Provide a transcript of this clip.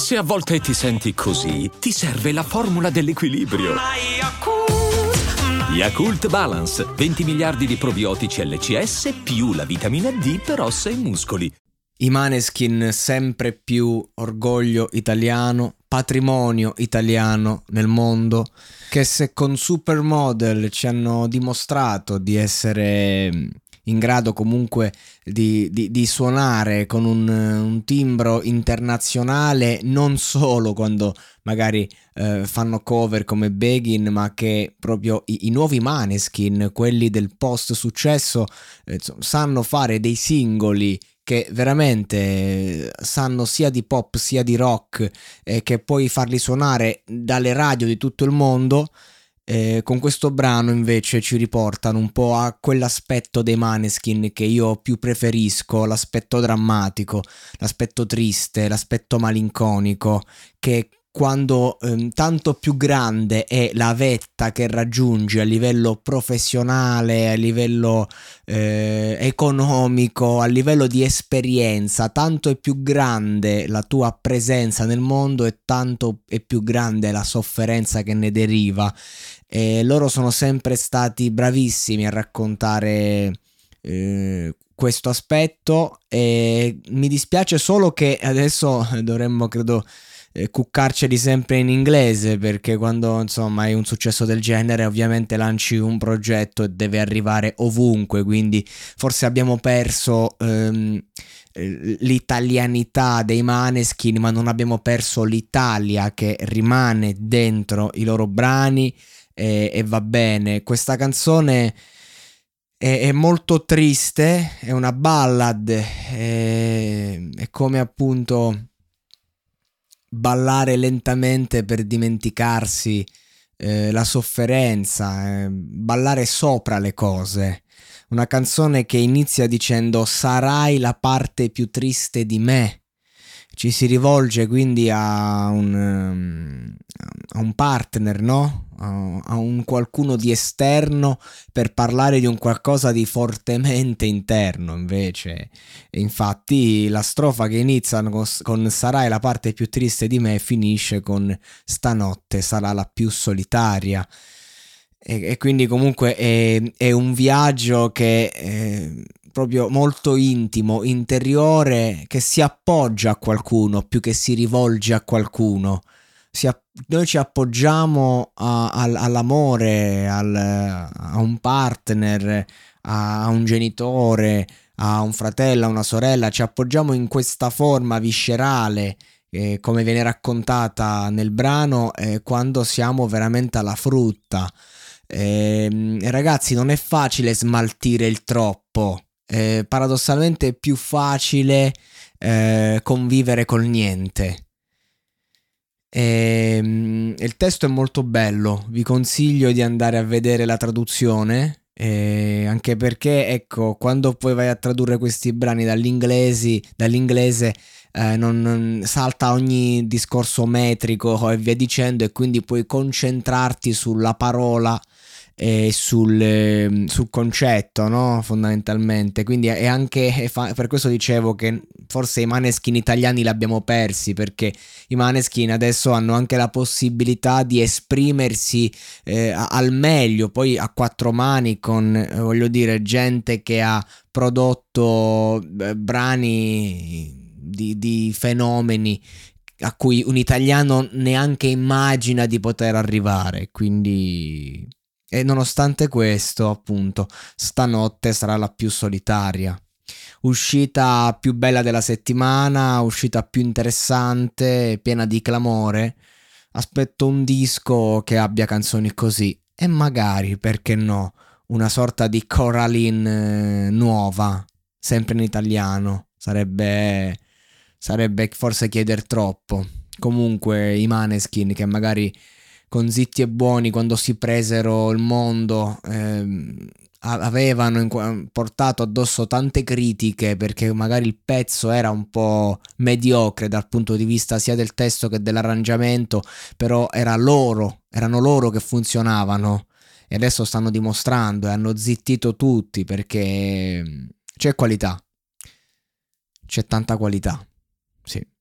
Se a volte ti senti così, ti serve la formula dell'equilibrio. Yakult Balance, 20 miliardi di probiotici LCS più la vitamina D per ossa e muscoli. I Maneskin sempre più orgoglio italiano, patrimonio italiano nel mondo, che se con Supermodel ci hanno dimostrato di essere in grado comunque di suonare con un timbro internazionale, non solo quando magari fanno cover come Begin, ma che proprio i nuovi Maneskin, quelli del post successo, sanno fare dei singoli che veramente sanno sia di pop sia di rock, che puoi farli suonare dalle radio di tutto il mondo. Con questo brano invece ci riportano un po' a quell'aspetto dei Maneskin che io più preferisco, l'aspetto drammatico, l'aspetto triste, l'aspetto malinconico, che quando tanto più grande è la vetta che raggiungi a livello professionale, a livello economico, a livello di esperienza, tanto è più grande la tua presenza nel mondo e tanto è più grande la sofferenza che ne deriva. E loro sono sempre stati bravissimi a raccontare questo aspetto, e mi dispiace solo che adesso dovremmo, credo, cuccarceli sempre in inglese, perché quando insomma hai un successo del genere ovviamente lanci un progetto e deve arrivare ovunque, quindi forse abbiamo perso l'italianità dei Maneskin, ma non abbiamo perso l'Italia che rimane dentro i loro brani, e va bene. Questa canzone è molto triste, è una ballad, è come appunto ballare lentamente per dimenticarsi la sofferenza, ballare sopra le cose. Una canzone che inizia dicendo "sarai la parte più triste di me". Ci si rivolge quindi a un partner, no? A un qualcuno di esterno per parlare di un qualcosa di fortemente interno, invece. E infatti la strofa che inizia con "sarai la parte più triste di me" finisce con "stanotte sarà la più solitaria". E quindi comunque è un viaggio che proprio molto intimo, interiore, che si appoggia a qualcuno più che si rivolge a qualcuno. Noi ci appoggiamo all'amore, a un partner, a un genitore, a un fratello, a una sorella. Ci appoggiamo in questa forma viscerale, come viene raccontata nel brano, quando siamo veramente alla frutta. Ragazzi, non è facile smaltire il troppo. Paradossalmente è più facile convivere col niente. Il testo è molto bello, vi consiglio di andare a vedere la traduzione, anche perché, ecco, quando poi vai a tradurre questi brani dall'inglese non salta ogni discorso metrico e via dicendo, e quindi puoi concentrarti sulla parola e sul concetto, no? Fondamentalmente. Quindi è anche per questo dicevo che forse i Maneskin italiani li abbiamo persi, perché i Maneskin adesso hanno anche la possibilità di esprimersi al meglio, poi a quattro mani, con voglio dire, gente che ha prodotto brani di fenomeni a cui un italiano neanche immagina di poter arrivare. Quindi, e nonostante questo, appunto, "stanotte sarà la più solitaria". Uscita più bella della settimana, uscita più interessante, piena di clamore. Aspetto un disco che abbia canzoni così, e magari, perché no, una sorta di Coraline nuova, sempre in italiano. Sarebbe forse chieder troppo. Comunque i Maneskin, che magari con Zitti e Buoni, quando si presero il mondo, avevano portato addosso tante critiche, perché magari il pezzo era un po' mediocre dal punto di vista sia del testo che dell'arrangiamento, però erano loro che funzionavano, e adesso stanno dimostrando e hanno zittito tutti, perché c'è qualità, c'è tanta qualità, sì.